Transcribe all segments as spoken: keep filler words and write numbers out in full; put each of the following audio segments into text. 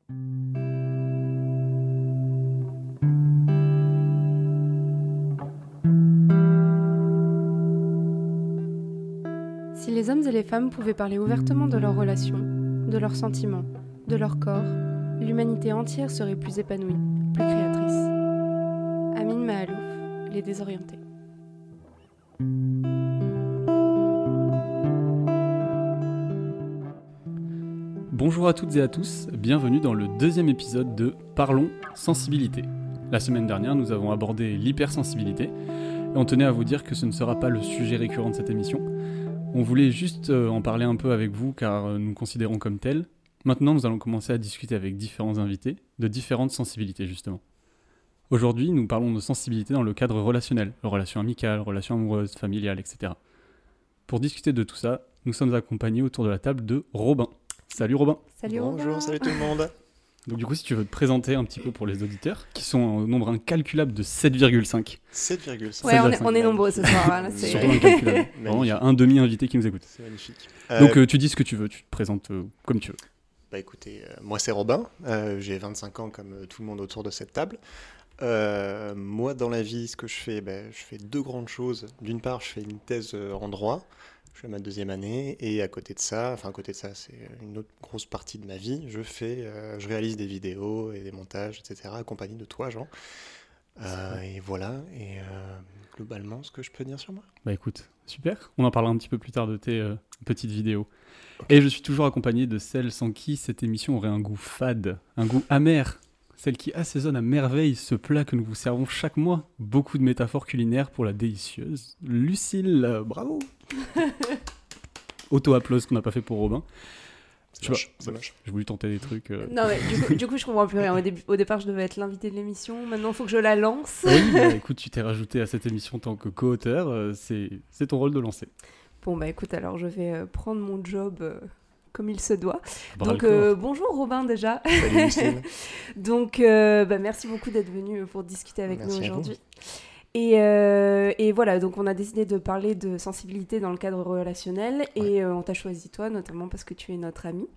Si les hommes et les femmes pouvaient parler ouvertement de leurs relations, de leurs sentiments, de leur corps, l'humanité entière serait plus épanouie, plus créatrice. Amin Mahalouf, Les Désorientés. Bonjour à toutes et à tous, bienvenue dans le deuxième épisode de Parlons Sensibilité. La semaine dernière, nous avons abordé l'hypersensibilité et on tenait à vous dire que ce ne sera pas le sujet récurrent de cette émission. On voulait juste euh, en parler un peu avec vous car euh, nous le considérons comme tel. Maintenant, nous allons commencer à discuter avec différents invités de différentes sensibilités justement. Aujourd'hui, nous parlons de sensibilité dans le cadre relationnel, relations amicales, relations amoureuses, familiales, et cetera. Pour discuter de tout ça, nous sommes accompagnés autour de la table de Robin. Salut Robin. Salut Bonjour, Robin. salut tout le monde. Donc du coup, si tu veux te présenter un petit peu pour les auditeurs, qui sont au nombre incalculable de sept virgule cinq. sept virgule cinq. Ouais, on est, sept virgule cinq. on est nombreux ce soir. Hein, là, c'est... Surtout incalculable. Vraiment, il y a un demi-invité qui nous écoute. C'est magnifique. Donc Euh, euh, tu dis ce que tu veux, tu te présentes euh, comme tu veux. bah écoutez, euh, moi c'est Robin, euh, j'ai vingt-cinq ans comme euh, tout le monde autour de cette table. Euh, moi dans la vie, ce que je fais, bah, je fais deux grandes choses. D'une part, je fais une thèse euh, en droit, je suis à ma deuxième année, et à côté de ça, enfin à côté de ça, c'est une autre grosse partie de ma vie, je fais, euh, je réalise des vidéos et des montages, et cetera, accompagné de toi, Jean. Euh, et voilà, et euh, globalement, ce que je peux dire sur moi. Bah écoute, super. On en parlera un petit peu plus tard de tes euh, petites vidéos. Et je suis toujours accompagné de celle sans qui cette émission aurait un goût fade, un goût amer. Celle qui assaisonne à merveille ce plat que nous vous servons chaque mois. Beaucoup de métaphores culinaires pour la délicieuse Lucille. Euh, bravo. Auto-applause qu'on n'a pas fait pour Robin. C'est Tu moche, vois, c'est moche. J'ai voulu tenter des trucs. euh. Non, mais du coup, du coup, je comprends plus rien. Au, début, au départ, je devais être l'invité de l'émission. Maintenant, il faut que je la lance. Oui, bah, écoute, tu t'es rajouté à cette émission en tant que co-auteur. euh, c'est, c'est ton rôle de lancer. Bon, bah écoute, alors je vais euh, prendre mon job euh, comme il se doit. Bras Donc, le corps. euh, bonjour Robin déjà. Salut Lucille. Donc, euh, bah, merci beaucoup d'être venu pour discuter avec Merci nous à vous. aujourd'hui. Et, euh, et voilà, donc on a décidé de parler de sensibilité dans le cadre relationnel. Et euh, on t'a choisi toi, notamment parce que tu es notre ami.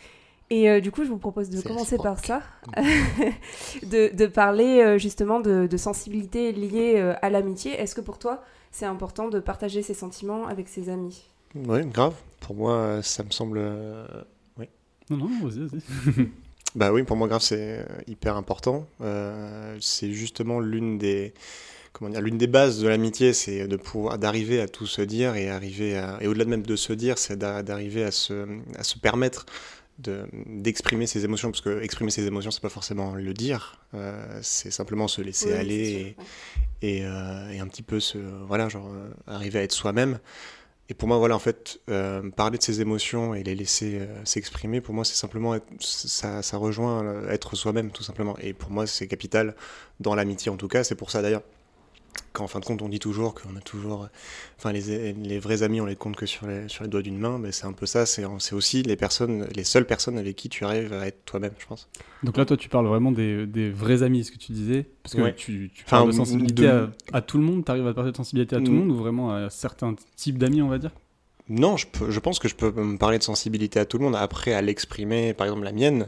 Et euh, du coup, je vous propose de C'est commencer par ça, réciproque. de, de parler euh, justement de, de sensibilité liée euh, à l'amitié. Est-ce que pour toi, c'est important de partager ses sentiments avec ses amis ? Oui, grave. Pour moi, euh, ça me semble. euh, Non, non, vas-y, vas-y. Bah oui, pour moi, grave, c'est euh, hyper important. Euh, c'est justement l'une des, comment dire, l'une des bases de l'amitié, c'est de pouvoir, d'arriver à tout se dire et arriver à, et au-delà de même de se dire, c'est d'a- d'arriver à se, à se permettre de, d'exprimer ses émotions, parce que exprimer ses émotions, c'est pas forcément le dire, euh, c'est simplement se laisser Oui, aller c'est sûr, et, ouais. et, euh, et un petit peu se, voilà, genre, euh, arriver à être soi-même. Et pour moi, voilà, en fait, euh, parler de ses émotions et les laisser euh, s'exprimer, pour moi, c'est simplement, être- ça, ça rejoint euh, être soi-même, tout simplement. Et pour moi, c'est capital dans l'amitié, en tout cas. C'est pour ça, d'ailleurs, qu'en fin de compte, on dit toujours qu'on a toujours, euh, enfin, les, les vrais amis, on les compte que sur les, sur les doigts d'une main. Mais c'est un peu ça. C'est, c'est aussi les personnes, les seules personnes avec qui tu arrives à être toi-même, je pense. Donc là, toi, tu parles vraiment des, des vrais amis, ce que tu disais. Parce que Ouais. tu, tu Enfin, parles de sensibilité de- à, à tout le monde. Tu arrives à parler de sensibilité à tout le Mm. monde ou vraiment à certains types d'amis, on va dire. Non, je, peux, je pense que je peux me parler de sensibilité à tout le monde. Après, à l'exprimer, par exemple la mienne,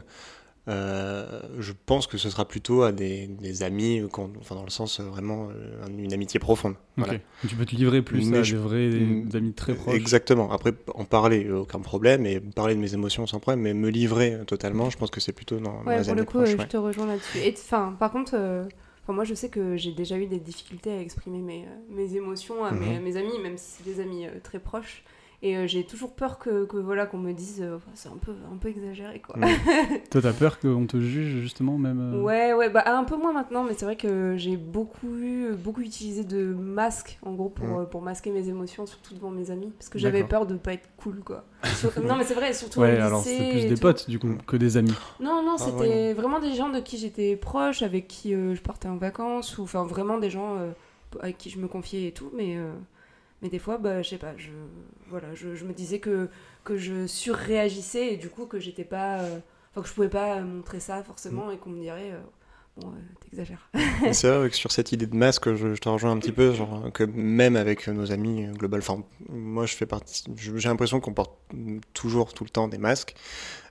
euh, je pense que ce sera plutôt à des, des amis, qu'on- enfin dans le sens euh, vraiment euh, une amitié profonde. Voilà. Ok. Tu peux te livrer plus Mais à je- des vrais Mm. des amis très proches. Exactement. Après, en parler, euh, aucun problème, et parler de mes émotions sans problème, mais me livrer euh, totalement, je pense que c'est plutôt dans, dans Ouais, les pour amis le coup, proches. euh, ouais. je te rejoins là-dessus. Et enfin, par contre, euh, enfin, moi, je sais que j'ai déjà eu des difficultés à exprimer mes, euh, mes émotions à mes, Mhm. mes amis, même si c'est des amis euh, très proches. Et euh, j'ai toujours peur que, que voilà, qu'on me dise, euh, Enfin, c'est un peu, un peu exagéré, quoi. Mm. Toi, t'as peur qu'on te juge, justement, même euh, Ouais, ouais, bah un peu moins maintenant, mais c'est vrai que j'ai beaucoup eu, beaucoup utilisé de masques, en gros, pour, Mm. euh, pour masquer mes émotions, surtout devant mes amis, parce que j'avais D'accord. peur de pas être cool, quoi. Sur- Non, mais c'est vrai, surtout Ouais, au alors lycée c'est plus et des tout. potes, du coup, Mm. que des amis. Non, non, Ah, c'était ouais, vraiment des gens de qui j'étais proche, avec qui euh, je partais en vacances, ou enfin vraiment des gens euh, avec qui je me confiais et tout, mais, euh, mais des fois, bah, je sais pas, je, voilà, je, je me disais que, que je surréagissais et du coup que j'étais pas, euh, enfin que je pouvais pas montrer ça forcément et qu'on me dirait, euh, bon, euh, t'exagères. Mais c'est vrai que sur cette idée de masque, je, je te rejoins un petit peu, genre que même avec nos amis euh, global, enfin moi je fais partie, je- j'ai l'impression qu'on porte toujours tout le temps des masques.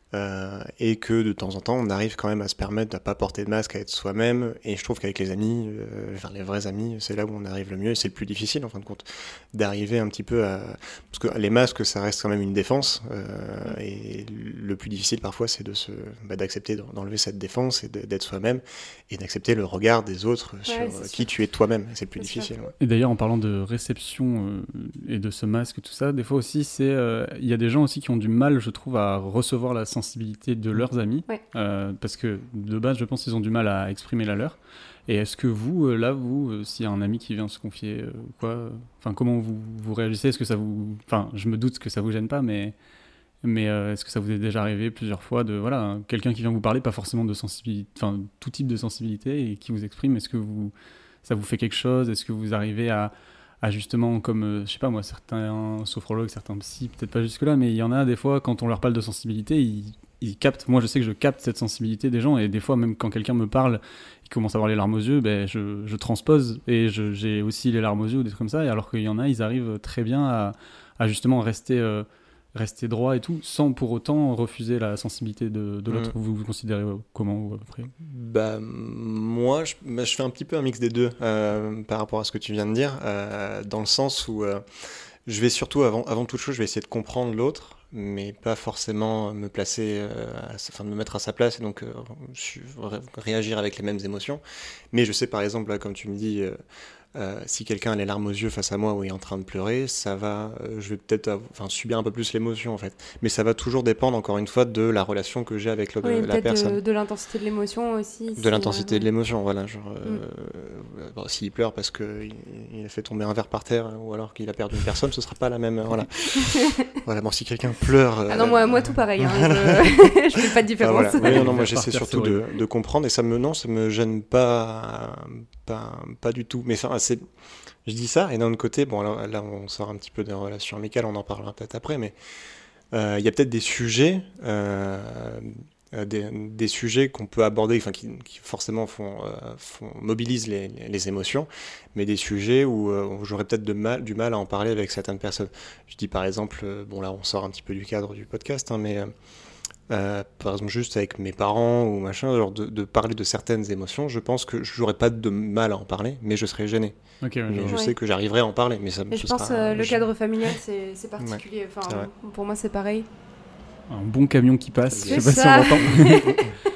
Euh, et que de temps en temps on arrive quand même à se permettre de ne pas porter de masque, à être soi-même, et je trouve qu'avec les amis, euh, enfin les vrais amis, c'est là où on arrive le mieux, et c'est le plus difficile en fin de compte, d'arriver un petit peu à... Parce que les masques ça reste quand même une défense, euh, et le plus difficile parfois c'est de se... bah, d'accepter d'enlever cette défense et d'être soi-même, et d'accepter le regard des autres ouais, sur qui sûr. Tu es toi-même, c'est le plus c'est difficile. Ouais. Et d'ailleurs en parlant de réception euh, et de ce masque, tout ça, des fois aussi c'est... Il euh, y a des gens aussi qui ont du mal, je trouve, à recevoir la sensibilité de leurs amis, ouais. euh, parce que de base, je pense qu'ils ont du mal à exprimer la leur. Et est-ce que vous, euh, là, vous, euh, s'il y a un ami qui vient se confier, euh, quoi, enfin, comment vous, vous réagissez ? Est-ce que ça vous, enfin, je me doute que ça vous gêne pas, mais, mais euh, est-ce que ça vous est déjà arrivé plusieurs fois de, voilà, hein, quelqu'un qui vient vous parler, pas forcément de sensibilité, enfin, tout type de sensibilité et qui vous exprime, est-ce que vous, ça vous fait quelque chose ? Est-ce que vous arrivez à à justement, comme, euh, je sais pas moi, certains sophrologues, certains psys, peut-être pas jusque-là, mais il y en a des fois, quand on leur parle de sensibilité, ils, ils captent, moi je sais que je capte cette sensibilité des gens, et des fois, même quand quelqu'un me parle, il commence à avoir les larmes aux yeux, ben, je, je transpose, et je, j'ai aussi les larmes aux yeux, ou des trucs comme ça, et alors qu'il y en a, ils arrivent très bien à, à justement rester... Euh, rester droit et tout, sans pour autant refuser la sensibilité de, de l'autre. Mmh. Vous vous considérez comment, ou à peu près ? Bah, moi, je, bah, je fais un petit peu un mix des deux euh, par rapport à ce que tu viens de dire, euh, dans le sens où euh, je vais surtout, avant, avant toute chose, je vais essayer de comprendre l'autre, mais pas forcément me placer, euh, à, enfin de me mettre à sa place et donc euh, réagir avec les mêmes émotions. Mais je sais par exemple, là, comme tu me dis, euh, Euh, si quelqu'un a les larmes aux yeux face à moi ou est en train de pleurer, ça va, euh, je vais peut-être av- enfin, subir un peu plus l'émotion en fait. Mais ça va toujours dépendre encore une fois de la relation que j'ai avec le, oui, la personne. De, de l'intensité de l'émotion aussi. De si l'intensité euh... de l'émotion, voilà. Genre, mm. euh, bon, s'il pleure parce qu'il il a fait tomber un verre par terre ou alors qu'il a perdu une personne, ce sera pas la même. Voilà. Voilà. Bon, si quelqu'un pleure. Euh, ah non, moi, moi tout pareil. Hein, je... je fais pas de différence. Ah, voilà. Oui, non, non, moi j'essaie surtout de, de comprendre et ça me non, ça me gêne pas, pas, pas du tout. Mais enfin, c'est, je dis ça et d'un autre côté, bon là, là on sort un petit peu des relations amicales, on en parlera peut-être après, mais il euh, y a peut-être des sujets. Euh, Des, des sujets qu'on peut aborder, enfin qui, qui forcément font, euh, font mobilisent les, les émotions, mais des sujets où, euh, où j'aurais peut-être de mal, du mal à en parler avec certaines personnes. Je dis par exemple, euh, bon là on sort un petit peu du cadre du podcast, hein, mais euh, euh, par exemple juste avec mes parents ou machin, genre de, de parler de certaines émotions, je pense que j'aurais pas de mal à en parler, mais je serais gêné. Okay, ouais, mais ouais. je sais que j'arriverai à en parler, mais ça. Et ce je pense sera, euh, le je... cadre familial c'est, c'est particulier. Ouais. Enfin, c'est pour moi c'est pareil. Un bon camion qui passe, c'est je sais ça. pas si on m'entend.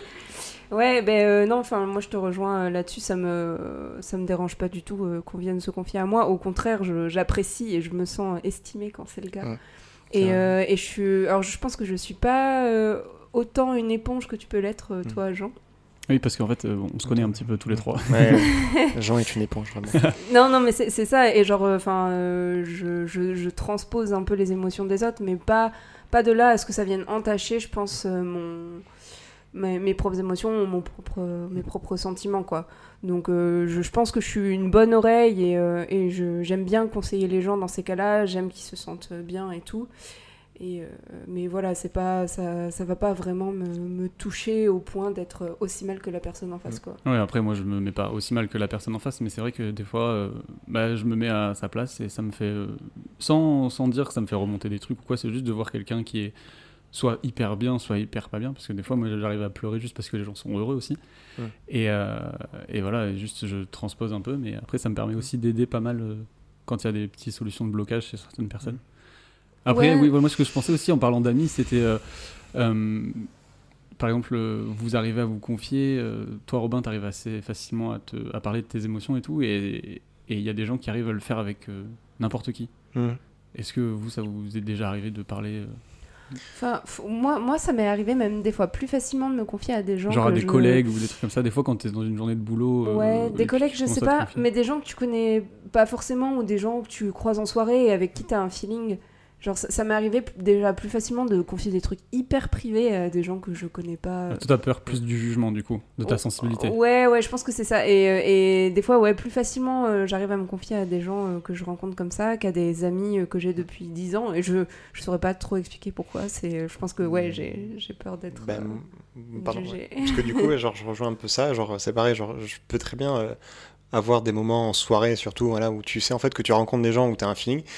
Ouais, ben euh, non, enfin moi je te rejoins euh, là-dessus, ça me ça me dérange pas du tout euh, qu'on vienne se confier à moi. Au contraire, je, j'apprécie et je me sens estimée quand c'est le cas. Ouais, et euh, et je suis, alors je pense que je suis pas euh, autant une éponge que tu peux l'être euh, toi, Jean. Oui, parce qu'en fait, euh, on se connaît un petit peu tous les trois. Ouais, Jean est une éponge, vraiment. Non, non, mais c'est, c'est ça. Et genre, enfin, euh, je, je, je transpose un peu les émotions des autres, mais pas, pas de là à ce que ça vienne entacher, je pense, euh, mon, mes, mes propres émotions, mon propre, mes propres sentiments, quoi. Donc, euh, je, je pense que je suis une bonne oreille et, euh, et je, j'aime bien conseiller les gens dans ces cas-là. J'aime qu'ils se sentent bien et tout. Et euh, mais voilà, c'est pas, ça, ça va pas vraiment me, me toucher au point d'être aussi mal que la personne en face, quoi. Ouais, après moi je me mets pas aussi mal que la personne en face, mais c'est vrai que des fois euh, bah, je me mets à sa place et ça me fait, euh, sans, sans dire que ça me fait remonter des trucs ou quoi, c'est juste de voir quelqu'un qui est soit hyper bien, soit hyper pas bien, parce que des fois moi j'arrive à pleurer juste parce que les gens sont heureux aussi. Ouais. Et, euh, et voilà, juste je transpose un peu, mais après ça me permet aussi d'aider pas mal euh, quand il y a des petites solutions de blocage chez certaines personnes. Après, ouais. oui, moi ce que je pensais aussi en parlant d'amis, c'était euh, euh, par exemple, euh, vous arrivez à vous confier, euh, toi Robin, t'arrives assez facilement à, te, à parler de tes émotions et tout, et il y a des gens qui arrivent à le faire avec euh, n'importe qui. Mmh. Est-ce que vous, ça vous est déjà arrivé de parler euh... Enfin, f- moi, moi, ça m'est arrivé même des fois plus facilement de me confier à des gens. Genre à des je... collègues ou des trucs comme ça, des fois quand t'es dans une journée de boulot. Ouais, euh, des collègues, je sais pas, mais des gens que tu connais pas forcément ou des gens que tu croises en soirée et avec qui t'as un feeling. Genre, ça, ça m'est arrivé p- déjà plus facilement de confier des trucs hyper privés à des gens que je connais pas. Toi, t'as peur plus du jugement, du coup, de ta oh, sensibilité. Ouais, ouais, je pense que c'est ça. Et, et des fois, ouais, plus facilement, euh, j'arrive à me confier à des gens euh, que je rencontre comme ça, qu'à des amis euh, que j'ai depuis dix ans. Et je, je saurais pas trop expliquer pourquoi. C'est, je pense que, ouais, j'ai, j'ai peur d'être ben, euh, pardon, jugée. Ouais. Parce que du coup, ouais, genre, je rejoins un peu ça. Genre, c'est pareil, genre, je peux très bien euh, avoir des moments en soirée, surtout, voilà, où tu sais en fait que tu rencontres des gens où t'as un feeling.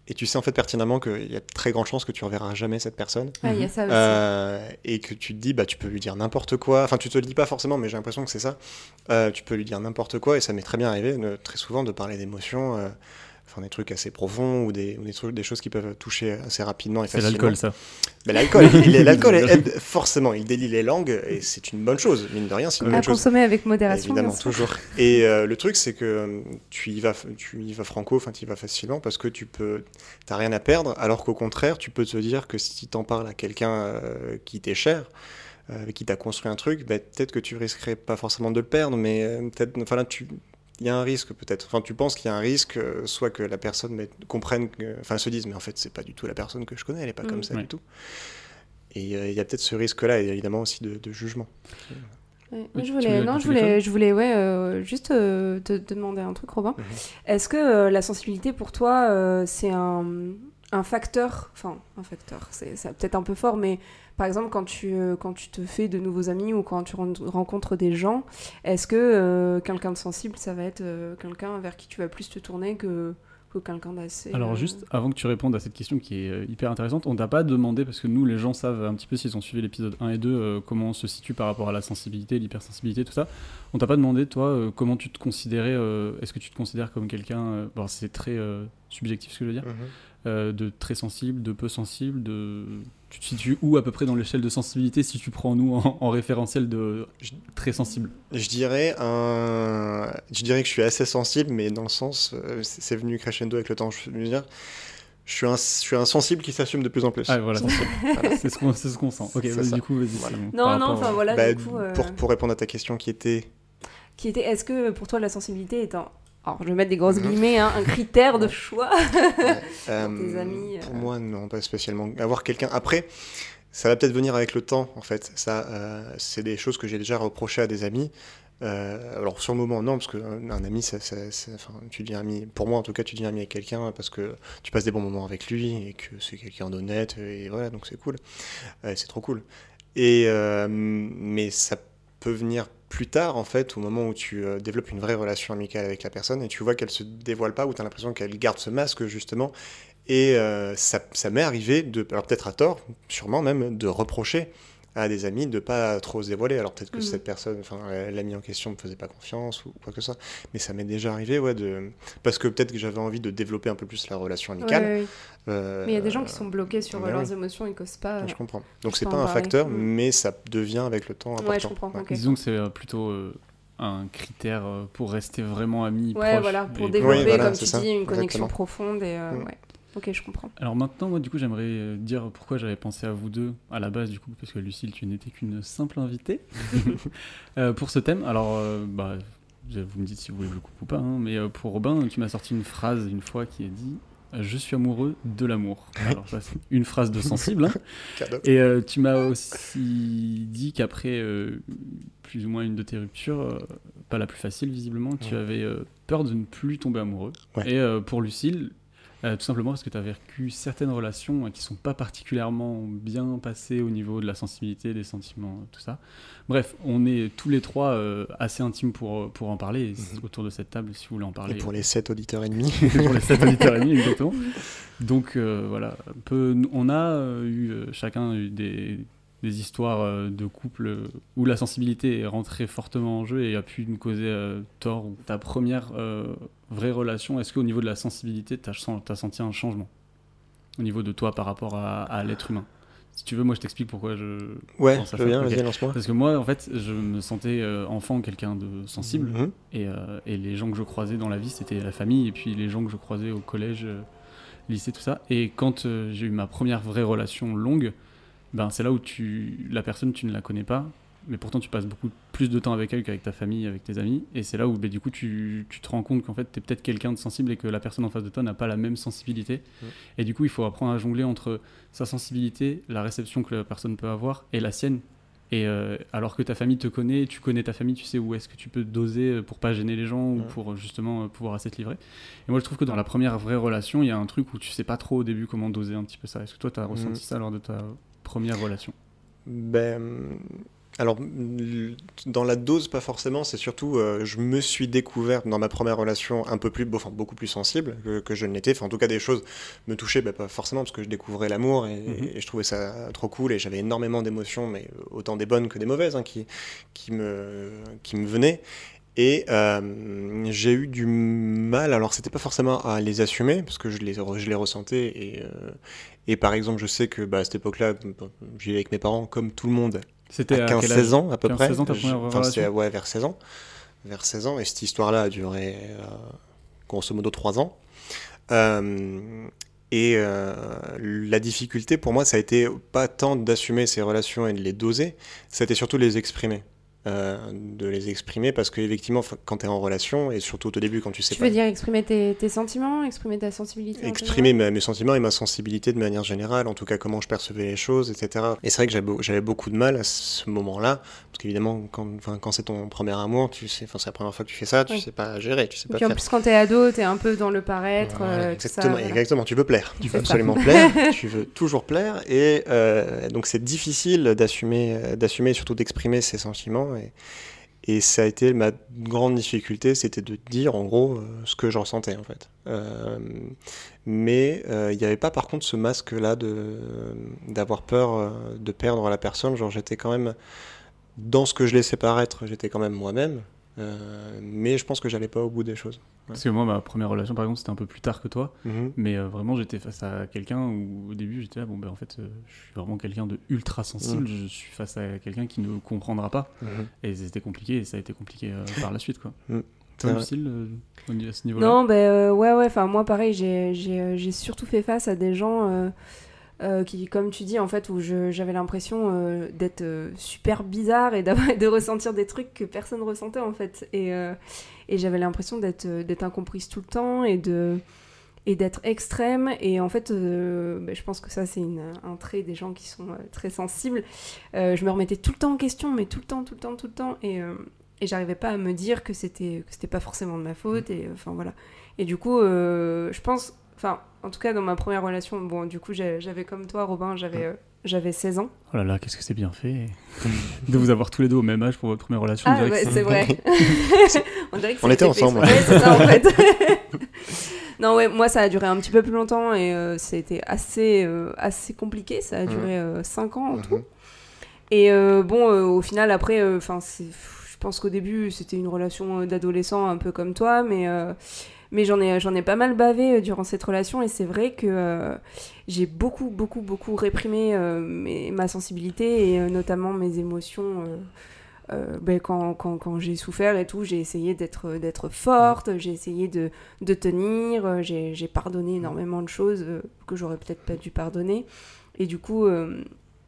et tu sais en fait pertinemment qu'il y a de très grandes chances que tu reverras jamais cette personne. Ah, il y a ça aussi. Euh, et que tu te dis, bah, tu peux lui dire n'importe quoi. Enfin, tu te le dis pas forcément, mais j'ai l'impression que c'est ça. Euh, tu peux lui dire n'importe quoi, et ça m'est très bien arrivé, de, très souvent, de parler d'émotions, euh, enfin, des trucs assez profonds ou des, ou des, trucs, des choses qui peuvent toucher assez rapidement et C'est facilement. l'alcool, ça. Mais l'alcool, il, il, l'alcool aide forcément, il délie les langues, et c'est une bonne chose, mine de rien, c'est une À bonne chose. consommer avec modération. Évidemment, bien sûr. toujours. Et euh, le truc, c'est que tu y vas, tu y vas franco, enfin, tu y vas facilement parce que tu peux, t'as rien à perdre, alors qu'au contraire, tu peux te dire que si t'en parles à quelqu'un euh, qui t'est cher, euh, avec qui t'as construit un truc, bah, peut-être que tu risquerais pas forcément de le perdre, mais euh, peut-être, enfin là, tu, il y a un risque peut-être. Enfin, tu penses qu'il y a un risque, euh, soit que la personne mais, comprenne, que, enfin, se dise, mais en fait, c'est pas du tout la personne que je connais, elle est pas Mmh. comme ça Ouais. du tout. Et il euh, y a peut-être ce risque-là, et évidemment aussi de, de jugement. Ouais. Oui, Moi, je tu voulais, voulais non, ajouter je voulais, quelque je voulais, ouais, euh, juste euh, te, te demander un truc, Robin. Mhm. Est-ce que euh, la sensibilité pour toi, euh, c'est un, un facteur, enfin, un facteur, c'est, c'est peut-être un peu fort, mais par exemple, quand tu, euh, quand tu te fais de nouveaux amis ou quand tu ren- rencontres des gens, est-ce que euh, quelqu'un de sensible, ça va être euh, quelqu'un vers qui tu vas plus te tourner que, que quelqu'un d'assez... Alors euh, juste avant que tu répondes à cette question qui est euh, hyper intéressante, on t'a pas demandé, parce que nous les gens savent un petit peu s'ils ont suivi l'épisode un et deux, euh, comment on se situe par rapport à la sensibilité, l'hypersensibilité, tout ça. On t'a pas demandé toi euh, comment tu te considérais, euh, est-ce que tu te considères comme quelqu'un, euh, bon c'est très euh, subjectif ce que je veux dire, Mhm. euh, de très sensible, de peu sensible, de... Tu te situes où à peu près dans l'échelle de sensibilité si tu prends nous en, en référentiel de très sensible? Je dirais un... je dirais que je suis assez sensible, mais dans le sens, euh, c'est c'est venu crescendo avec le temps. Je veux dire, je suis un, je suis un sensible qui s'assume de plus en plus. Ah voilà, Sensible. Voilà. c'est ce qu'on c'est ce qu'on sent. Ok, C'est vas-y, ça. du coup, vas-y. Voilà. c'est bon. Non, Par non, rapport, enfin euh, voilà, Bah, du coup... euh, pour, pour répondre à ta question qui était... Qui était, est-ce que pour toi la sensibilité est un, alors je vais mettre des grosses Mhm. guillemets, hein, un critère de Ouais. choix? Ouais, tes euh, amis, euh. Pour moi, non, pas spécialement. Avoir quelqu'un... Après, ça va peut-être venir avec le temps, en fait. Ça, euh, c'est des choses que j'ai déjà reprochées à des amis. Euh, alors, sur le moment, non, parce qu'un un ami, ça, ça, ça- enfin, tu deviens ami... Pour moi, en tout cas, tu deviens ami avec quelqu'un parce que tu passes des bons moments avec lui et que c'est quelqu'un d'honnête. Et voilà, donc c'est cool. Euh, c'est trop cool. Et, euh, mais ça peut venir plus tard, en fait, au moment où tu euh, développes une vraie relation amicale avec la personne et tu vois qu'elle se dévoile pas, ou tu as l'impression qu'elle garde ce masque, justement. Et euh, ça, ça m'est arrivé, de, alors peut-être à tort, sûrement même, de reprocher à des amis de pas trop se dévoiler. Alors peut-être que Mhm. cette personne, enfin l'ami en question, me faisait pas confiance ou quoi que ce soit. Mais ça m'est déjà arrivé, ouais, de... parce que peut-être que j'avais envie de développer un peu plus la relation amicale. Ouais, ouais, ouais. Euh, Mais il y a des gens qui sont bloqués sur mais euh, leurs oui. émotions, ils causent pas. Je comprends. Donc je c'est peux pas en un parler. facteur, Mm. mais ça devient avec le temps important. Ouais, je comprends. Ouais. Ok. Disons que c'est euh, plutôt euh, un critère euh, pour rester vraiment amis Ouais, proches. voilà, pour et- développer, Oui, voilà, comme c'est tu ça, dis, une connexion exactement. profonde. Et, euh, Mm. ouais. Ok, je comprends. Alors maintenant, moi, du coup, j'aimerais euh, dire pourquoi j'avais pensé à vous deux à la base, du coup, parce que Lucille, tu n'étais qu'une simple invitée euh, pour ce thème. Alors, euh, bah, je- vous me dites si vous voulez que je coupe ou pas, hein, mais euh, pour Robin, tu m'as sorti une phrase une fois qui est dit euh, je suis amoureux de l'amour. Alors ça, c'est une phrase de sensible. Hein. Cadeau. Et euh, tu m'as aussi dit qu'après euh, plus ou moins une de tes ruptures, euh, pas la plus facile visiblement, tu Ouais. avais euh, peur de ne plus tomber amoureux. Ouais. Et euh, pour Lucille, euh, tout simplement parce que tu as vécu certaines relations euh, qui sont pas particulièrement bien passées au niveau de la sensibilité, des sentiments, euh, tout ça. Bref, on est tous les trois euh, assez intimes pour, pour en parler, et c'est Mhm. autour de cette table si vous voulez en parler. Et pour les sept auditeurs et demi. pour les sept auditeurs et demi, exactement. Donc euh, voilà, un peu, on a euh, eu euh, chacun eu des, des histoires euh, de couple euh, où la sensibilité est rentrée fortement en jeu et a pu nous causer euh, tort. Ou ta première euh, vraie relation, est-ce qu'au niveau de la sensibilité, tu as senti un changement au niveau de toi par rapport à, à l'être humain? Si tu veux, moi je t'explique pourquoi je Ouais, pense à je veux ça. bien, Ok. vas-y, lance-moi. Parce que moi, en fait, je me sentais euh, enfant quelqu'un de sensible. Mhm. Et, euh, et les gens que je croisais dans la vie, c'était la famille, et puis les gens que je croisais au collège, euh, lycée, tout ça. Et quand euh, j'ai eu ma première vraie relation longue, ben, c'est là où tu, la personne, tu ne la connais pas, mais pourtant tu passes beaucoup plus de temps avec elle qu'avec ta famille, avec tes amis. Et c'est là où ben, du coup tu, tu te rends compte qu'en fait tu es peut-être quelqu'un de sensible et que la personne en face de toi n'a pas la même sensibilité. Mmh. Et du coup il faut apprendre à jongler entre sa sensibilité, la réception que la personne peut avoir, et la sienne. Et euh, alors que ta famille te connaît, tu connais ta famille, tu sais où est-ce que tu peux te doser pour pas gêner les gens ou Ouais. pour justement euh, pouvoir assez te livrer. Et moi je trouve que dans la première vraie relation, il y a un truc où tu sais pas trop au début comment doser un petit peu ça. Est-ce que toi tu as Mhm. ressenti ça lors de ta première relation? Ben, Alors, dans la dose, pas forcément, c'est surtout, euh, je me suis découvert dans ma première relation un peu plus, enfin, beaucoup plus sensible que, que je ne l'étais. Enfin, en tout cas, des choses me touchaient, bah, pas forcément, parce que je découvrais l'amour et, mm-hmm. et je trouvais ça trop cool et j'avais énormément d'émotions, mais autant des bonnes que des mauvaises, hein, qui, qui, me, qui me venaient. Et euh, j'ai eu du mal, alors c'était pas forcément à les assumer, parce que je les, je les ressentais, et, euh, et par exemple, je sais que bah, à cette époque-là, je vivais avec mes parents, comme tout le monde, c'était à quinze seize ans à peu près. seize ans ta première enfin, relation. C'est, ouais, vers seize ans. Vers seize ans, et cette histoire-là a duré euh, grosso modo trois ans. Euh, et euh, la difficulté pour moi, ça a été pas tant d'assumer ces relations et de les doser, ça a été surtout de les exprimer. Euh, de les exprimer parce qu'effectivement quand tu es en relation et surtout au début quand tu sais tu pas... Tu veux dire exprimer tes, tes sentiments, exprimer ta sensibilité Exprimer mes, mes sentiments et ma sensibilité de manière générale, en tout cas comment je percevais les choses, et cetera. Et c'est vrai que j'avais, j'avais beaucoup de mal à ce moment-là, parce qu'évidemment quand, quand c'est ton premier amour, tu sais, c'est la première fois que tu fais ça, tu oui. sais pas gérer, tu sais et pas puis faire. en plus quand t'es ado, t'es un peu dans le paraître, voilà, euh, exactement, tout ça, exactement, voilà. Tu veux plaire, tu c'est veux absolument ça. plaire, tu veux toujours plaire, et euh, donc c'est difficile d'assumer, d'assumer et surtout d'exprimer ses sentiments, et Et ça a été ma grande difficulté, c'était de dire en gros euh, ce que je ressentais en fait. Euh, mais il euh, n'y avait pas par contre ce masque-là de, d'avoir peur euh, de perdre la personne. Genre j'étais quand même, dans ce que je laissais paraître, j'étais quand même moi-même. Euh, mais je pense que j'allais pas au bout des choses. Ouais. Parce que moi, ma première relation, par exemple, c'était un peu plus tard que toi, Mm-hmm. mais euh, vraiment, j'étais face à quelqu'un où, au début, j'étais là, bon, ben en fait, euh, je suis vraiment quelqu'un de ultra sensible, mm. je suis face à quelqu'un qui ne comprendra pas, mm-hmm. et c'était compliqué, et ça a été compliqué euh, par la suite, quoi. Mm. Toi, Lucille, euh, à ce niveau-là? Non, ben euh, ouais, ouais, enfin, moi, pareil, j'ai, j'ai, j'ai surtout fait face à des gens... Euh... Euh, qui, comme tu dis, en fait, où je, j'avais l'impression euh, d'être euh, super bizarre et de ressentir des trucs que personne ressentait, en fait. Et, euh, et j'avais l'impression d'être, d'être incomprise tout le temps et, de, et d'être extrême. Et en fait, euh, bah, je pense que ça, c'est une, un trait des gens qui sont euh, très sensibles. Euh, je me remettais tout le temps en question, mais tout le temps, tout le temps, tout le temps. Et, euh, et j'arrivais pas à me dire que c'était, que c'était pas forcément de ma faute. Et, enfin, voilà. Et du coup, euh, je pense... Enfin, en tout cas, dans ma première relation, bon, du coup, j'avais comme toi, Robin, j'avais, euh, j'avais seize ans. Oh là là, qu'est-ce que c'est bien fait de vous avoir tous les deux au même âge pour votre première relation. Ah, ouais, c'est vrai. On dirait que on était ensemble. Ouais, c'est ça, en fait. Non, ouais, moi, ça a duré un petit peu plus longtemps et euh, c'était assez, euh, assez compliqué. Ça a duré euh, cinq ans en mmh. tout. Et euh, bon, euh, au final, après, enfin, euh, je pense qu'au début, c'était une relation d'adolescent un peu comme toi, mais... Euh, Mais j'en ai, j'en ai pas mal bavé durant cette relation et c'est vrai que euh, j'ai beaucoup, beaucoup, beaucoup réprimé euh, mes, ma sensibilité et euh, notamment mes émotions. Euh, euh, ben, quand, quand, quand j'ai souffert et tout, j'ai essayé d'être, d'être forte, j'ai essayé de, de tenir, j'ai, j'ai pardonné énormément de choses euh, que j'aurais peut-être pas dû pardonner. Et du coup... Euh,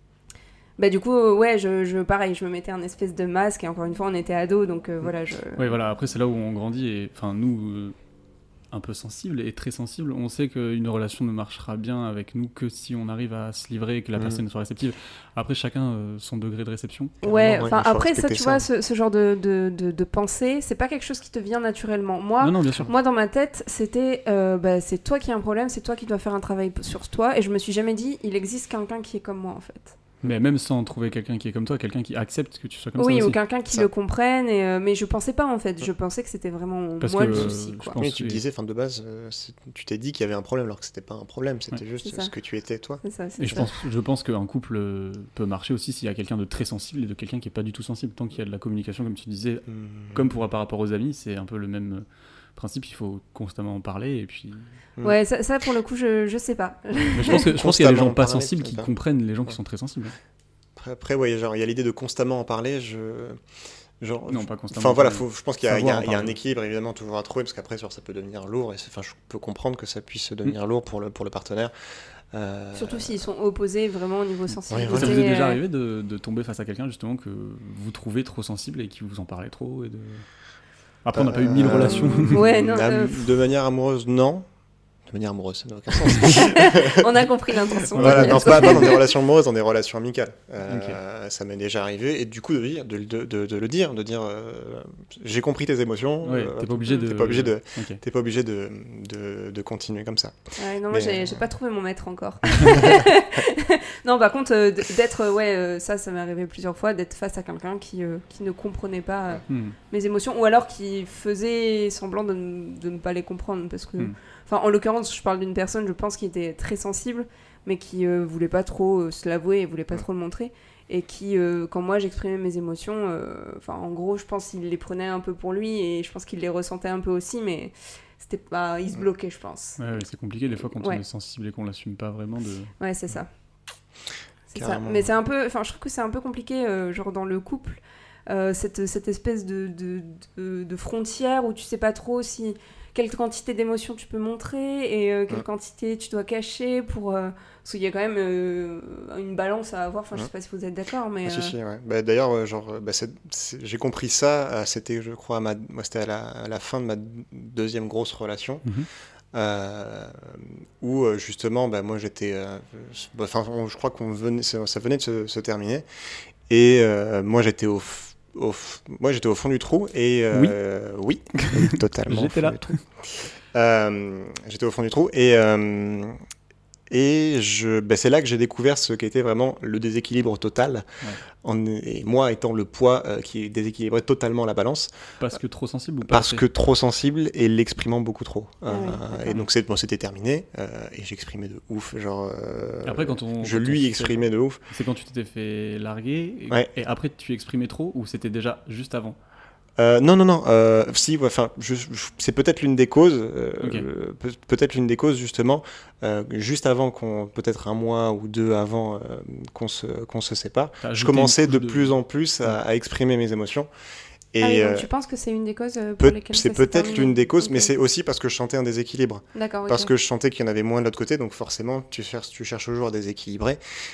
Bah du coup, euh, ouais, je, je, pareil, je me mettais un espèce de masque et encore une fois, on était ados, donc euh, voilà. Je... Oui, voilà, après c'est là où on grandit et enfin nous... Euh... un peu sensible et très sensible, on sait qu'une relation ne marchera bien avec nous que si on arrive à se livrer et que la mmh. personne soit réceptive. Après, chacun euh, son degré de réception. Ouais, enfin ouais, après ça, tu ça. vois, ce, ce genre de, de, de, de pensée, c'est pas quelque chose qui te vient naturellement. Moi, non, non, bien sûr. moi dans ma tête, c'était, euh, bah, c'est toi qui as un problème, c'est toi qui dois faire un travail sur toi, et je me suis jamais dit, il existe quelqu'un qui est comme moi en fait. Mais même sans trouver quelqu'un qui est comme toi, quelqu'un qui accepte que tu sois comme oui, ça aussi. Oui, ou quelqu'un qui ça. le comprenne, et, euh, mais je pensais pas en fait, je pensais que c'était vraiment Parce moi que, le souci. Quoi. Oui, tu te disais, fin de base, euh, tu t'es dit qu'il y avait un problème alors que c'était pas un problème, c'était ouais. juste ce que tu étais toi. C'est ça, c'est et ça. je pense, je pense qu'un couple peut marcher aussi s'il y a quelqu'un de très sensible et de quelqu'un qui est pas du tout sensible. Tant qu'il y a de la communication, comme tu disais, mmh. comme pour par rapport aux amis, c'est un peu le même principe, il faut constamment en parler et puis... Ouais, ça, ça pour le coup, je, je sais pas. Mais je pense, que, je pense qu'il y a des gens pas sensibles qui comprennent les gens qui sont très sensibles. Après, ouais, genre, il y a l'idée de constamment en parler. Je... Genre, non, pas constamment. Enfin, voilà, faut, je pense qu'il y a, il y a, il y a un équilibre, évidemment, toujours à trouver, parce qu'après, genre, ça peut devenir lourd. Et enfin, je peux comprendre que ça puisse devenir mmh. lourd pour le, pour le partenaire. Euh... Surtout s'ils sont opposés vraiment au niveau sensibilité. Ouais, ça vous est déjà arrivé de, de tomber face à quelqu'un, justement, que vous trouvez trop sensible et qui vous en parlait trop et de... Après, on n'a euh... pas eu mille relations. Ouais, non, euh... euh... De manière amoureuse, non. de manière amoureuse, ça n'a aucun sens. On a compris l'intention. Voilà, non, pas, pas dans des relations amoureuses, dans des relations amicales. Euh, okay. Ça m'est déjà arrivé, et du coup, de, dire, de, de, de, de le dire, de dire euh, j'ai compris tes émotions, ouais, euh, t'es pas obligé de... T'es pas obligé de, okay. t'es pas obligé de, de, de continuer comme ça. Ouais, non, Mais, moi, j'ai, euh... j'ai pas trouvé mon maître encore. Non, par contre, euh, d'être, ouais, euh, ça, ça m'est arrivé plusieurs fois, d'être face à quelqu'un qui, euh, qui ne comprenait pas euh, hmm. mes émotions, ou alors qui faisait semblant de, de ne pas les comprendre, parce que... Hmm. Enfin, en l'occurrence, je parle d'une personne, je pense, qui était très sensible, mais qui euh, voulait pas trop euh, se l'avouer et voulait pas trop le montrer. Et qui, euh, quand moi j'exprimais mes émotions, euh, enfin, en gros, je pense qu'il les prenait un peu pour lui et je pense qu'il les ressentait un peu aussi, mais c'était pas... il se bloquait, je pense. Ouais, ouais, c'est compliqué des fois quand ouais. on est sensible et qu'on l'assume pas vraiment. De... Ouais, c'est ça. C'est ça. Mais c'est un peu... Enfin, je trouve que c'est un peu compliqué, euh, genre dans le couple, euh, cette, cette espèce de, de, de, de frontière où tu sais pas trop si... quelle quantité d'émotions tu peux montrer et euh, quelle ouais. quantité tu dois cacher pour... Euh, parce qu'il y a quand même euh, une balance à avoir, enfin je sais pas si vous êtes d'accord, mais... Ah, euh... si, si, ouais. Bah, d'ailleurs, genre, bah, c'est, c'est, j'ai compris ça, c'était je crois, à ma, moi, c'était à la, à la fin de ma deuxième grosse relation, mm-hmm. euh, où justement, bah, moi j'étais... Enfin, euh, je crois qu'on venait, ça venait de se, se terminer, et euh, moi j'étais au... Au f... Moi, j'étais au fond du trou et euh... oui, oui totalement. J'étais là. Euh, j'étais au fond du trou et euh... et je, ben, c'est là que j'ai découvert ce qu'était vraiment le déséquilibre total. Ouais. En... Et moi, étant le poids euh, qui déséquilibrait totalement la balance. Parce que trop sensible ou pas Parce assez. que trop sensible et l'exprimant beaucoup trop. Ah euh, oui, et donc c'est, bon, c'était terminé euh, et j'exprimais de ouf. Genre, euh, après, quand on, je quand lui on exprimais fait... de ouf. C'est quand tu t'étais fait larguer et, ouais. et après tu exprimais trop ou c'était déjà juste avant? Euh, non, non, non. Euh, si, enfin, ouais, c'est peut-être l'une des causes. Euh, okay. peut- peut-être l'une des causes justement, euh, juste avant qu'on, peut-être un mois ou deux avant euh, qu'on se qu'on se sépare, je commençais de, de plus en plus à, à exprimer mes émotions. Et ah oui, donc euh, tu penses que c'est une des causes pour peut, lesquelles c'est ça peut-être s'est l'une des causes, okay. mais c'est aussi parce que je sentais un déséquilibre. D'accord. Parce okay. que je sentais qu'il y en avait moins de l'autre côté, donc forcément, tu cherches, tu cherches toujours à déséquilibrer.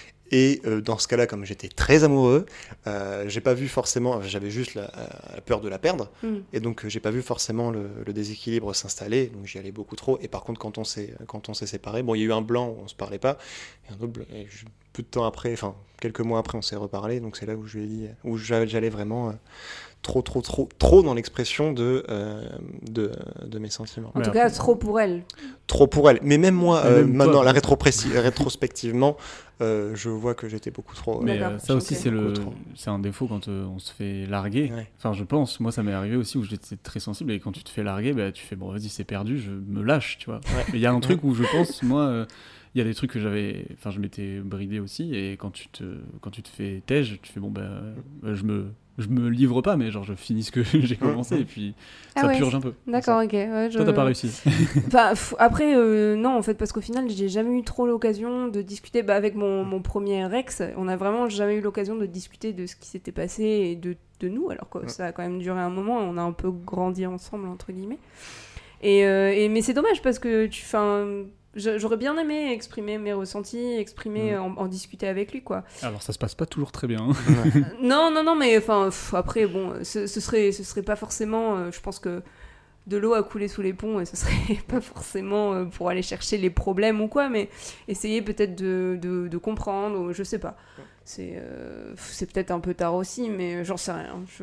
Et euh, dans ce cas-là, comme j'étais très amoureux, euh, j'ai pas vu forcément, j'avais juste la, la peur de la perdre, mm. et donc euh, j'ai pas vu forcément le, le déséquilibre s'installer, donc j'y allais beaucoup trop. Et par contre, quand on s'est, quand on s'est séparés, bon, il y a eu un blanc où on se parlait pas, et un autre blanc, et je, peu de temps après, enfin quelques mois après, on s'est reparlé, donc c'est là où je lui ai dit, où j'allais, j'allais vraiment. Euh, trop, trop, trop, trop dans l'expression de, euh, de, de mes sentiments. En tout cas, trop pour elle. Trop pour elle. Mais même moi, Mais euh, même maintenant, toi, la rétropréci- rétrospectivement, euh, je vois que j'étais beaucoup trop... Mais euh, ça aussi, okay. c'est, le, c'est un défaut quand euh, on se fait larguer. Ouais. Enfin, je pense, moi, ça m'est arrivé aussi où j'étais très sensible, et quand tu te fais larguer, bah, tu fais, bon, vas-y, c'est perdu, je me lâche, tu vois. Ouais. Mais il y a un truc où je pense, moi... Euh, il y a des trucs que j'avais, enfin je m'étais bridé aussi, et quand tu te, quand tu te fais tège, tu fais bon ben, bah, je me, je me livre pas, mais genre je finis ce que j'ai commencé, et puis ah ça ouais, purge un peu. D'accord, ok. Ouais, je... Toi t'as pas réussi. Enfin, f- après euh, non en fait, parce qu'au final j'ai jamais eu trop l'occasion de discuter bah, avec mon, mon premier ex. On a vraiment jamais eu l'occasion de discuter de ce qui s'était passé et de, de nous, alors que ouais. ça a quand même duré un moment. On a un peu grandi ensemble entre guillemets. Et, euh, et mais c'est dommage parce que tu, enfin. J'aurais bien aimé exprimer mes ressentis, exprimer, mmh. en, en discuter avec lui, quoi. Alors, ça se passe pas toujours très bien. Hein. euh, non, non, non, mais enfin, après, bon, ce, ce, serait, ce serait pas forcément... Euh, je pense que de l'eau a coulé sous les ponts, et ce serait pas forcément euh, pour aller chercher les problèmes ou quoi, mais essayer peut-être de, de, de comprendre, ou je sais pas. C'est, euh, c'est peut-être un peu tard aussi, mais j'en sais rien. Je...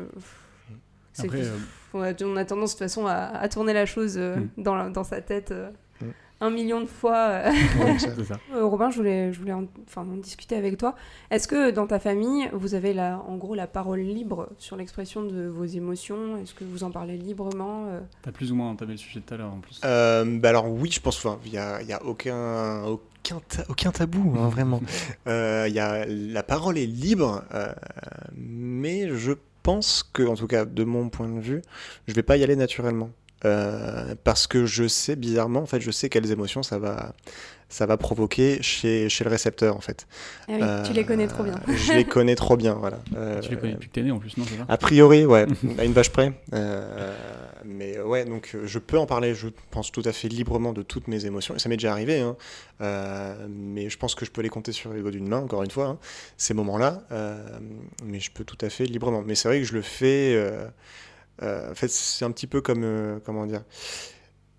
C'est après, que, euh... on, a, on a tendance, de toute façon, à, à tourner la chose euh, mmh. dans, la, dans sa tête... Euh, mmh. un million de fois. Ouais, c'est ça. Euh, Robin, je voulais, je voulais en, enfin, en discuter avec toi. Est-ce que dans ta famille, vous avez la, en gros la parole libre sur l'expression de vos émotions? Est-ce que vous en parlez librement? T'as plus ou moins entamé le sujet de tout à l'heure en plus. Euh, bah alors oui, je pense qu'il n'y a, y a aucun, aucun, ta- aucun tabou, hein, vraiment. euh, y a, la parole est libre, euh, mais je pense que, en tout cas de mon point de vue, je ne vais pas y aller naturellement. Euh, parce que je sais bizarrement, en fait, je sais quelles émotions ça va, ça va provoquer chez, chez le récepteur, en fait. Ah oui, euh, tu les connais trop bien. Je les connais trop bien, voilà. Euh, tu les connais depuis que t'es né, en plus, non, c'est ça? A priori, ouais, à une vache près. Euh, mais ouais, donc je peux en parler, je pense tout à fait librement de toutes mes émotions. Et ça m'est déjà arrivé, hein. Euh, mais je pense que je peux les compter sur les doigts d'une main, encore une fois, hein, ces moments-là. Euh, mais je peux tout à fait librement. Mais c'est vrai que je le fais... Euh, Euh, en fait, c'est un petit peu comme, euh, comment dire,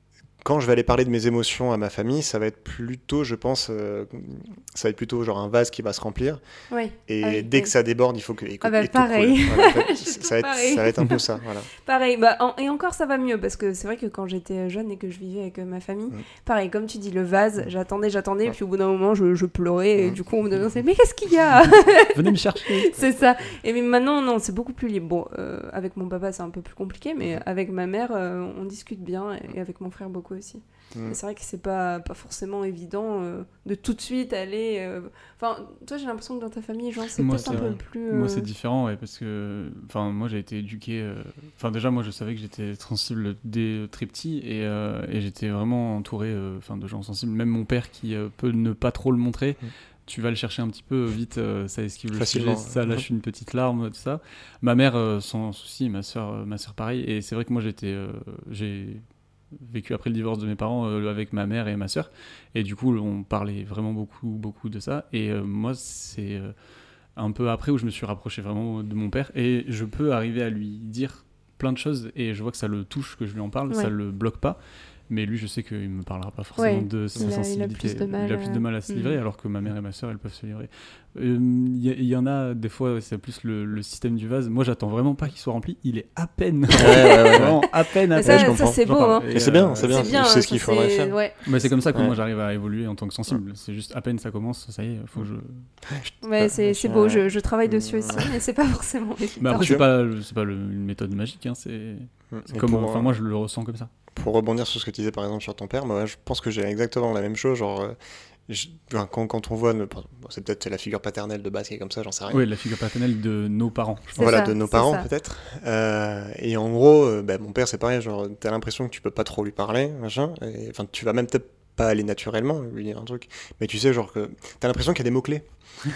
quand je vais aller parler de mes émotions à ma famille, ça va être plutôt, je pense, euh, ça va être plutôt genre un vase qui va se remplir. Oui. Et Ah oui, dès oui. que ça déborde, il faut que. Et, Ah bah, et tout pareil. coule. Voilà, en fait, Je suis ça, va être, pareil. ça va être un peu ça. Voilà. Pareil, bah, en- et encore ça va mieux parce que c'est vrai que quand j'étais jeune et que je vivais avec euh, ma famille, Mm. pareil, comme tu dis, le vase, j'attendais, j'attendais, et Ouais. puis au bout d'un moment je, je pleurais et Mm. du coup on me demandait mais qu'est-ce qu'il y a? Venez me chercher. C'est ça. Et mais maintenant, non, c'est beaucoup plus libre. Bon, euh, avec mon papa c'est un peu plus compliqué, mais Mm. avec ma mère, euh, on discute bien et, et avec mon frère beaucoup aussi. Mm. Mais c'est vrai que c'est pas, pas forcément évident euh, de tout de suite aller. euh, Enfin, toi j'ai l'impression que dans ta famille, genre, c'est Moi, peut-être un c'est peu vrai. plus. euh, Moi, c'est différent, ouais, parce que, enfin, moi, j'ai été éduqué. euh, Enfin, déjà, moi, je savais que j'étais sensible dès très petit, et, euh, et j'étais vraiment entouré, euh, enfin, de gens sensibles. Même mon père, qui euh, peut ne pas trop le montrer, Mm. tu vas le chercher un petit peu vite, euh, ça esquive le Facilement, sujet, ça ouais. lâche une petite larme, tout ça. Ma mère, euh, sans souci, ma soeur, euh, ma sœur, pareil. Et c'est vrai que moi, j'étais, euh, j'ai vécu après le divorce de mes parents euh, avec ma mère et ma sœur, et du coup, on parlait vraiment beaucoup, beaucoup de ça. Et euh, moi, c'est euh, un peu après où je me suis rapproché vraiment de mon père, et je peux arriver à lui dire plein de choses, et je vois que ça le touche, que je lui en parle, Ouais. ça le bloque pas. Mais lui, je sais qu'il me parlera pas forcément Ouais, de sa il a- il a sensibilité. plus de mal, il a plus de euh, mal à se mm. livrer, alors que ma mère et ma sœur, elles peuvent se livrer. Euh, Il y, a- il y en a des fois, c'est plus le, le système du vase. Moi, j'attends vraiment pas qu'il soit rempli. Il est à peine. Ouais, ouais, ouais, ouais. Vraiment à peine, à Mais peine. ça, je comprends. ça c'est beau, J'en hein. parle. Mais c'est bien, euh, c'est bien. C'est bien, c'est ce ça, qu'il faudrait c'est- faire. Ouais. Mais c'est comme ça que Ouais. moi j'arrive à évoluer en tant que sensible. C'est juste à peine ça commence, ça y est, faut que je. Ouais, c'est c'est beau, je, je travaille dessus aussi, Ouais. mais c'est pas forcément évident. Mais après, Tu c'est vois pas, c'est pas le- une méthode magique, hein, c'est c'est Et comme. pour, Enfin, moi je le ressens comme ça. pour rebondir sur ce que tu disais par exemple sur ton père, moi je pense que j'ai exactement la même chose. Genre, euh, je- enfin, quand, quand on voit, ne- bon, c'est peut-être la figure paternelle de base qui est comme ça, j'en sais rien. Oui, la figure paternelle de nos parents. je pense. C'est Voilà, ça, de nos c'est parents ça. peut-être. Euh, et en gros, euh, bah, mon père c'est pareil, genre t'as l'impression que tu peux pas trop lui parler, machin. et- Enfin, tu vas même peut-être pas aller naturellement lui dire un truc, mais tu sais genre que t'as l'impression qu'il y a des mots clés.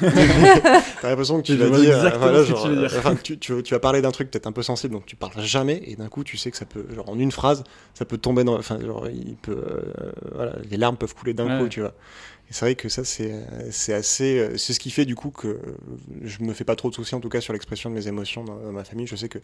T'as l'impression que tu Je vas vois dire, exactement voilà, ce que genre, tu veux dire. euh, enfin, tu, tu, tu vas parler d'un truc peut-être un peu sensible, donc tu parles jamais, et d'un coup tu sais que ça peut, genre en une phrase, ça peut tomber dans, enfin genre il peut, euh, voilà, les larmes peuvent couler d'un Ouais. coup, tu vois. Et c'est vrai que ça c'est, euh, c'est assez, euh, c'est ce qui fait du coup que euh, je me fais pas trop de soucis en tout cas sur l'expression de mes émotions dans, dans ma famille. Je sais que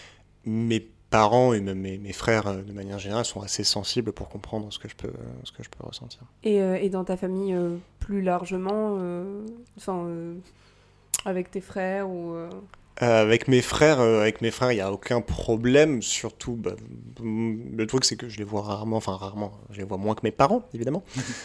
mes parents et même mes, mes frères euh, de manière générale sont assez sensibles pour comprendre ce que je peux, euh, ce que je peux ressentir. Et, euh, et dans ta famille, euh, plus largement, euh, enfin, euh, avec tes frères ou. euh, Euh, avec mes frères, euh, avec mes frères, il y a aucun problème. Surtout, bah, mm, le truc c'est que je les vois rarement, enfin rarement, je les vois moins que mes parents, évidemment.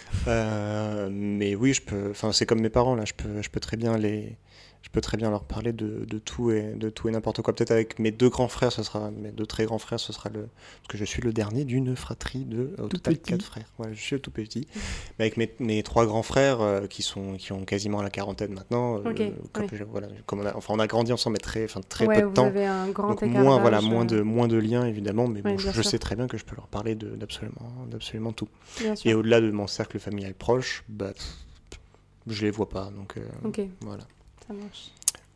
Euh, mais oui, je peux, enfin c'est comme mes parents là, je peux, je peux très bien les, je peux très bien leur parler de, de tout et de tout et n'importe quoi. Peut-être avec mes deux grands frères, ce sera mes deux très grands frères, ce sera le, parce que je suis le dernier d'une fratrie de au Tout total petit. quatre frères. Ouais, je suis le tout petit. Mais avec mes, mes trois grands frères euh, qui sont, qui ont quasiment la quarantaine maintenant. euh, Ok, comme ouais. je- voilà, comme on a, enfin on a grandi ensemble, mais très, enfin très ouais, peu de vous temps. avez un grand Donc écart moins, d'âge, voilà, moins de, euh, moins de liens évidemment, mais bon, Ouais, je, bien je sûr. sais très bien que je peux leur parler de- d'absolument, d'absolument tout. bien sûr. Et au-delà de mon cercle familial proche, bah, pff, je les vois pas, donc euh, Ok, voilà. ça marche.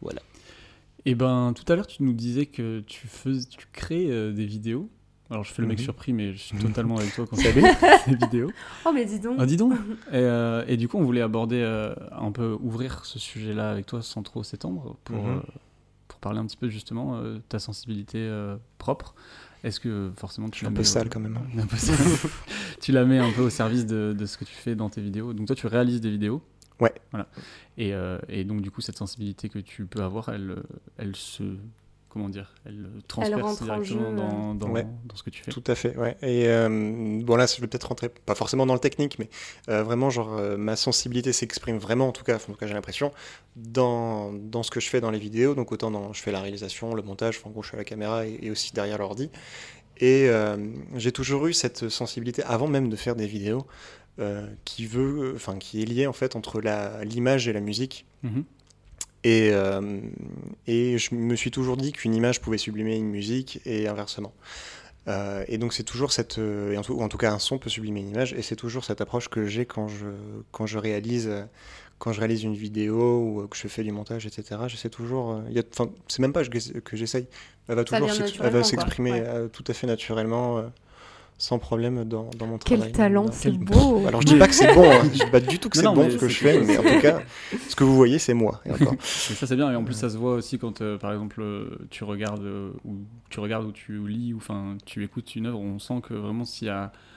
Et ben, tout à l'heure, tu nous disais que tu fais, tu crées euh, des vidéos. Alors, je fais le mec Mhm. surpris, mais je suis totalement avec toi quand tu Salut. fais des vidéos. Oh, mais dis donc. Ah, dis donc. Et, euh, et du coup, on voulait aborder euh, un peu, ouvrir ce sujet-là avec toi sans trop s'étendre pour, Mhm. euh, pour parler un petit peu justement euh, de ta sensibilité euh, propre. Est-ce que forcément tu Je suis la un mets peu au- sale quand même. Un peu sale. Tu la mets un peu au service de, de ce que tu fais dans tes vidéos. Donc toi, tu réalises des vidéos. Ouais. Voilà. Et, euh, et donc du coup, cette sensibilité que tu peux avoir, elle, euh, elle se, comment dire, elle euh, transperce rentre en directement jeu, dans, dans, Ouais. dans ce que tu fais. Tout à fait, ouais. Et euh, bon là, je vais peut-être rentrer, pas forcément dans le technique, mais euh, vraiment, genre, euh, ma sensibilité s'exprime vraiment, en tout cas, en tout cas j'ai l'impression, dans, dans ce que je fais dans les vidéos. Donc autant dans, je fais la réalisation, le montage, enfin, en gros, je suis à la caméra et, et aussi derrière l'ordi. Et euh, j'ai toujours eu cette sensibilité, avant même de faire des vidéos, euh, qui veut, enfin, qui est liée en fait entre la, l'image et la musique. Mhm. Et, euh, et je me suis toujours dit qu'une image pouvait sublimer une musique et inversement. Euh, et donc c'est toujours cette, euh, et en tout, ou en tout cas un son peut sublimer une image, et c'est toujours cette approche que j'ai quand je, quand je réalise, euh, quand je réalise une vidéo ou euh, que je fais du montage, et cetera. J'essaie toujours, euh, il y a, enfin, c'est même pas que, que j'essaye, elle va Ça toujours vient s'ex- elle naturellement, va quoi. s'exprimer Ouais. euh, tout à fait naturellement. euh, sans problème dans, dans mon Quel travail. talent, Dans- c'est quel- beau. Alors je dis pas que c'est bon, hein. Je dis pas du tout que Non, c'est non, bon mais ce que c'est je fais, quelque mais en chose. tout cas, ce que vous voyez, c'est moi. Et encore. Et ça c'est bien, et en plus ça se voit aussi quand euh, par exemple euh, tu regardes euh, ou tu regardes ou tu lis ou enfin tu écoutes une œuvre, on sent que vraiment s'il y a,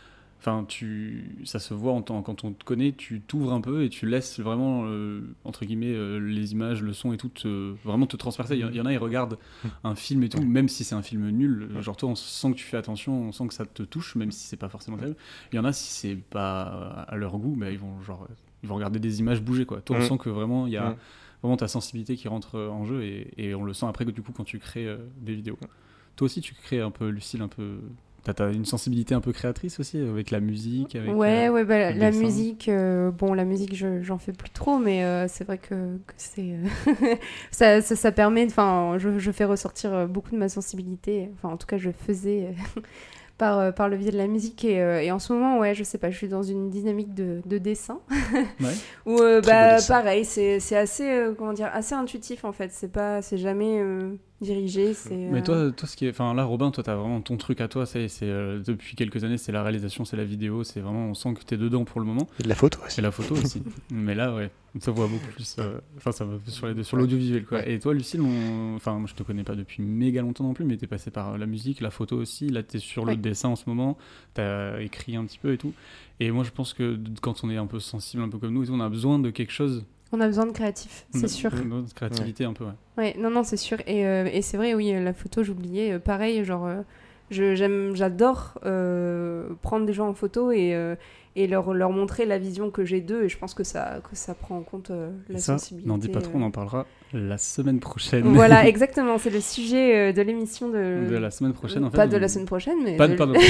enfin, tu, ça se voit en temps, quand on te connaît, tu t'ouvres un peu et tu laisses vraiment, euh, entre guillemets, euh, les images, le son et tout, te, vraiment te transpercer. Il y, y en a, ils regardent un film et tout, même si c'est un film nul, genre toi, on sent que tu fais attention, on sent que ça te touche, même si c'est pas forcément terrible. Il y en a, si c'est pas à leur goût, bah, ils vont genre, ils vont regarder des images bouger, quoi. Toi, on Mm. sent que vraiment, il y a Mm. vraiment ta sensibilité qui rentre en jeu et, et on le sent après que du coup, quand tu crées euh, des vidéos. Toi aussi, tu crées un peu, Lucille, un peu... T'as, t'as une sensibilité un peu créatrice aussi avec la musique, avec ouais, euh, ouais, bah, le la dessin. musique, euh, bon, la musique, je, j'en fais plus trop, mais euh, c'est vrai que, que c'est, euh, ça, ça, ça permet, enfin, je, je fais ressortir euh, beaucoup de ma sensibilité, enfin, en tout cas, je faisais euh, par, euh, par le biais de la musique, et, euh, et en ce moment, ouais, je sais pas, je suis dans une dynamique de, de dessin, Ouais. où, euh, Très beau bah, dessin. pareil, c'est, c'est assez, euh, comment dire, assez intuitif, en fait, c'est pas, c'est jamais euh, dirigé, c'est... Mais euh, toi, toi, ce qui est, enfin là, Robin, toi, t'as vraiment ton truc à toi. C'est, c'est euh, depuis quelques années, c'est la réalisation, c'est la vidéo, c'est vraiment, on sent que t'es dedans pour le moment. Et de la photo aussi. Et la photo aussi. Mais là, ouais, ça voit beaucoup plus. euh, Enfin, ça va sur, les deux, sur l'audiovisuel, quoi. Ouais. Et toi, Lucille, on... enfin, moi, je te connais pas depuis méga longtemps non plus, mais t'es passé par la musique, la photo aussi. Là, t'es sur le Ouais. dessin en ce moment. T'as écrit un petit peu et tout. Et moi, je pense que quand on est un peu sensible, un peu comme nous, et tout, on a besoin de quelque chose. On a besoin de créatif, c'est de, sûr. de créativité un peu, ouais. Ouais, non, non, c'est sûr. Et, euh, et c'est vrai, oui, la photo, j'oubliais. Euh, pareil, genre, euh, je, j'aime, j'adore euh, prendre des gens en photo et, euh, et leur, leur montrer la vision que j'ai d'eux. Et je pense que ça, que ça prend en compte euh, la Et ça, sensibilité. n'en dis pas trop, on euh. en parlera la semaine prochaine. Voilà, exactement. C'est le sujet euh, de l'émission de... De la semaine prochaine, en fait. Pas de on- la semaine prochaine, mais... Pas de... de, pardon.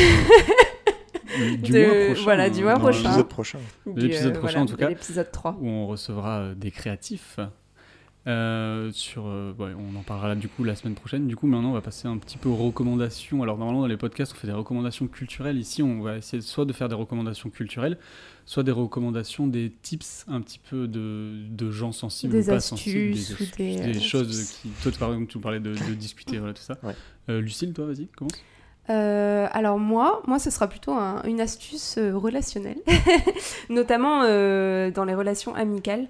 Du de- mois prochain. voilà, du mois hein, Dans prochain. l'épisode prochain. De du, l'épisode euh, prochain, voilà, en tout de cas. l'épisode trois. Où on recevra euh, des créatifs. Euh, sur, euh, ouais, on en parlera du coup la semaine prochaine. Du coup, maintenant, on va passer un petit peu aux recommandations. Alors, normalement, dans les podcasts, on fait des recommandations culturelles. Ici, on va essayer soit de faire des recommandations culturelles, soit des recommandations, des tips un petit peu de, de gens sensibles Des ou pas astuces sensibles. ou astuces, des, des euh, choses qui... Toi, par exemple, tu parlais de, de discuter, voilà, tout ça. Ouais. Euh, Lucille, toi, vas-y, commence. Euh, alors moi, moi, ce sera plutôt un- une astuce euh, relationnelle, notamment euh, dans les relations amicales.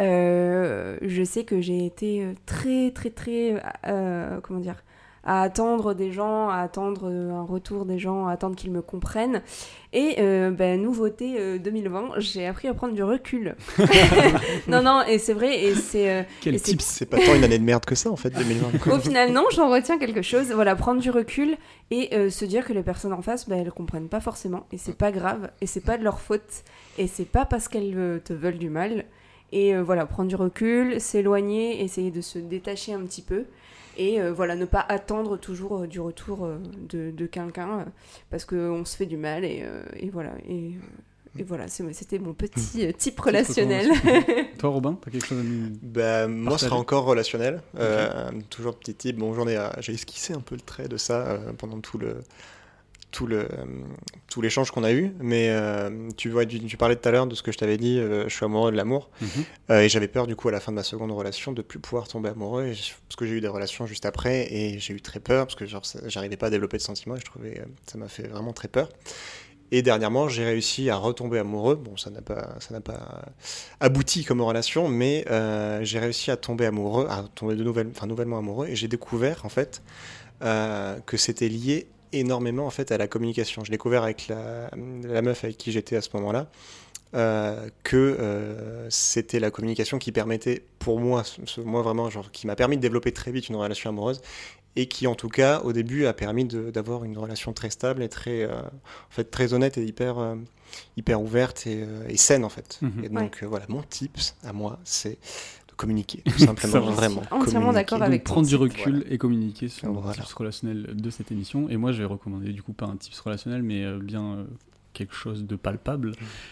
Euh, je sais que j'ai été euh, très, très, très, euh, comment dire, à attendre des gens, à attendre euh, un retour des gens, à attendre qu'ils me comprennent. Et euh, ben, nouveauté euh, deux mille vingt, j'ai appris à prendre du recul. non, non, et c'est vrai, et c'est... euh, Quel et c'est- tips C'est pas tant une année de merde que ça en fait, deux mille vingt. Au final, non, j'en retiens quelque chose. Voilà, prendre du recul et euh, se dire que les personnes en face, bah, elles comprennent pas forcément. Et c'est pas grave. Et c'est pas de leur faute. Et c'est pas parce qu'elles euh, te veulent du mal. Et euh, voilà, prendre du recul, s'éloigner, essayer de se détacher un petit peu. Et euh, voilà, ne pas attendre toujours euh, du retour euh, de, de quelqu'un. euh, parce qu'on se fait du mal. Et, euh, et voilà. Et, euh, et voilà, c'est- c'était mon petit euh, type relationnel. Toi, Robin, t'as quelque chose à nous... Bah, moi, ce Partager. sera encore relationnel. Euh, toujours petit type. Bon, j'en ai, euh, j'ai esquissé un peu le trait de ça euh, pendant tout le, tout le, euh, tout l'échange qu'on a eu. Mais euh, tu vois, tu, tu parlais tout à l'heure de ce que je t'avais dit. Euh, je suis amoureux de l'amour. Mhm. Euh, et j'avais peur du coup à la fin de ma seconde relation de plus pouvoir tomber amoureux et je- parce que j'ai eu des relations juste après et j'ai eu très peur parce que genre, ça- j'arrivais pas à développer de sentiments et je trouvais euh, ça m'a fait vraiment très peur. Et dernièrement, j'ai réussi à retomber amoureux. Bon, ça n'a pas, ça n'a pas abouti comme relation, mais euh, j'ai réussi à tomber amoureux, à tomber de nouvelle, enfin nouvellement amoureux, et j'ai découvert en fait euh, que c'était lié énormément en fait à la communication. J'ai découvert avec la, la meuf avec qui j'étais à ce moment-là euh, que euh, c'était la communication qui permettait, pour moi, ce- ce- moi vraiment, genre, qui m'a permis de développer très vite une relation amoureuse et qui en tout cas au début a permis de- d'avoir une relation très stable et très, euh, en fait, très honnête et hyper, euh, hyper ouverte et, euh, et saine en fait. Mhm. Et donc euh, voilà, mon tips à moi, c'est de communiquer tout simplement, Ça va. vraiment. Entièrement communiquer. d'accord Donc, avec ton prendre du type, recul voilà. et communiquer sur Voilà. le tips relationnel de cette émission. Et moi, je vais recommander du coup pas un tips relationnel, mais euh, bien euh, quelque chose de palpable.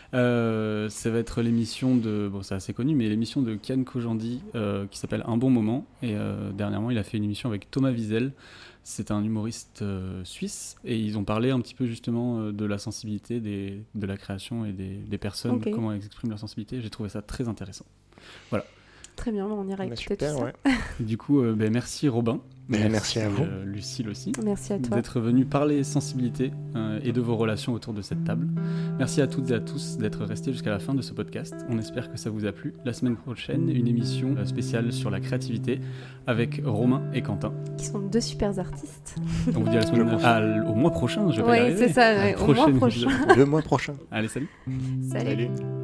Euh, ça va être l'émission de, bon, c'est assez connu, mais l'émission de Kian Kojandi euh, qui s'appelle Un bon moment. Et euh, dernièrement, il a fait une émission avec Thomas Wiesel. C'est un humoriste euh, suisse et ils ont parlé un petit peu justement euh, de la sensibilité des, de la création et des, des personnes, Ok. comment elles expriment leur sensibilité. J'ai trouvé ça très intéressant. Voilà. Très bien, on ira Bah, écouter super, tout ça. ouais. Et du coup, euh, ben, merci Robin. Ben, merci à vous. euh, Lucille aussi. Merci à toi. D'être venu parler sensibilité euh, et de vos relations autour de cette table. Merci à toutes et à tous d'être restés jusqu'à la fin de ce podcast. On espère que ça vous a plu. La semaine prochaine, une émission euh, spéciale sur la créativité avec Romain et Quentin. Qui sont deux super artistes. On vous dit à la semaine Le ah, au mois prochain. Je vais pas y Oui, arriver. c'est ça, À la ouais, au mois prochaine prochain. épisode. Le mois prochain. Allez, salut. Salut. Salut.